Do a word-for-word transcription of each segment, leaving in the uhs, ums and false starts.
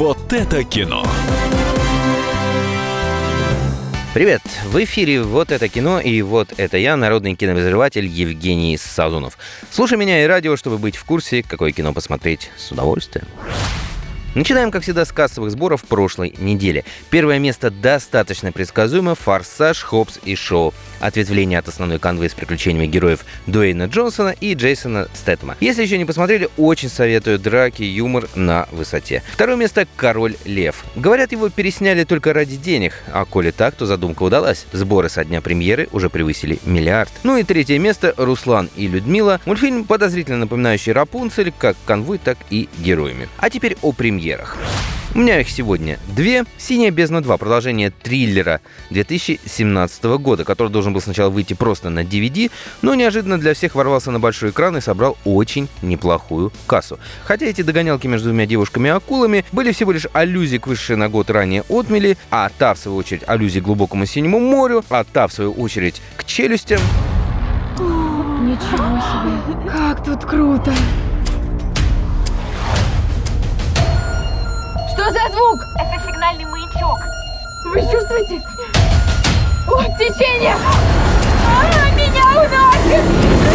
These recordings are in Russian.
Вот это кино. Привет! В эфире «Вот это кино» и вот это я, народный кинообозреватель Евгений Сазонов. Слушай меня и радио, чтобы быть в курсе, какое кино посмотреть с удовольствием. Начинаем, как всегда, с кассовых сборов прошлой недели. Первое место достаточно предсказуемо: «Форсаж. Хоббс и Шоу». Ответвление от основной канвы с приключениями героев Дуэйна Джонсона и Джейсона Стэтэма. Если еще не посмотрели, очень советую: драки, юмор на высоте. Второе место — «Король Лев». Говорят, его пересняли только ради денег, а коли так, то задумка удалась. Сборы со дня премьеры уже превысили миллиард. Ну и третье место — «Руслан и Людмила». Мультфильм, подозрительно напоминающий Рапунцель, как конвой, так и героями. А теперь о премьерах. У меня их сегодня две. «Синяя бездна два», продолжение триллера две тысячи семнадцатого года, который должен был сначала выйти просто на ди ви ди, но неожиданно для всех ворвался на большой экран и собрал очень неплохую кассу. Хотя эти догонялки между двумя девушками-акулами были всего лишь аллюзии к вышедшей на год ранее «Отмели», а та, в свою очередь, аллюзии к «Глубокому синему морю», а та, в свою очередь, к «Челюстям». Ничего себе! Как тут круто! Что за звук? Это сигнальный маячок. Вы чувствуете? О, течение! А, меня уносит!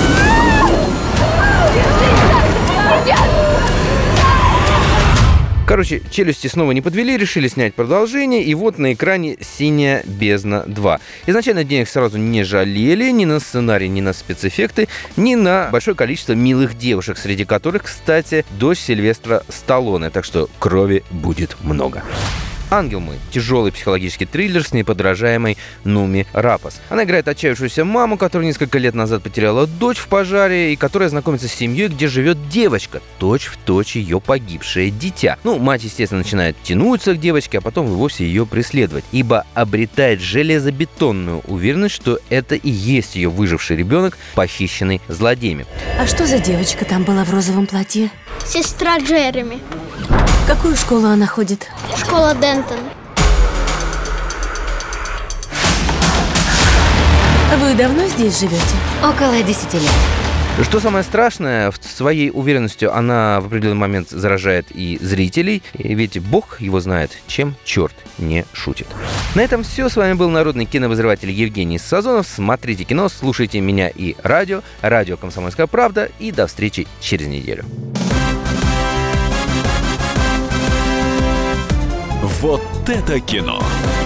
Короче, «Челюсти» снова не подвели, решили снять продолжение, и вот на экране «Синяя бездна два». Изначально денег сразу не жалели ни на сценарий, ни на спецэффекты, ни на большое количество милых девушек, среди которых, кстати, дочь Сильвестра Сталлоне, так что крови будет много. «Ангел мой» — тяжелый психологический триллер с неподражаемой Нуми Рапас. Она играет отчаявшуюся маму, которая несколько лет назад потеряла дочь в пожаре, и которая знакомится с семьей, где живет девочка, точь-в-точь ее погибшее дитя. Ну, мать, естественно, начинает тянуться к девочке, а потом и вовсе ее преследовать, ибо обретает железобетонную уверенность, что это и есть ее выживший ребенок, похищенный злодеями. А что за девочка там была в розовом платье? Сестра Джереми. В какую школу она ходит? Школа Дентон. Вы давно здесь живете? Около десяти лет. Что самое страшное, своей уверенностью она в определенный момент заражает и зрителей, и ведь Бог его знает, чем черт не шутит. На этом все. С вами был народный кинообозреватель Евгений Сазонов. Смотрите кино, слушайте меня и радио, радио «Комсомольская правда», и до встречи через неделю. Вот это кино.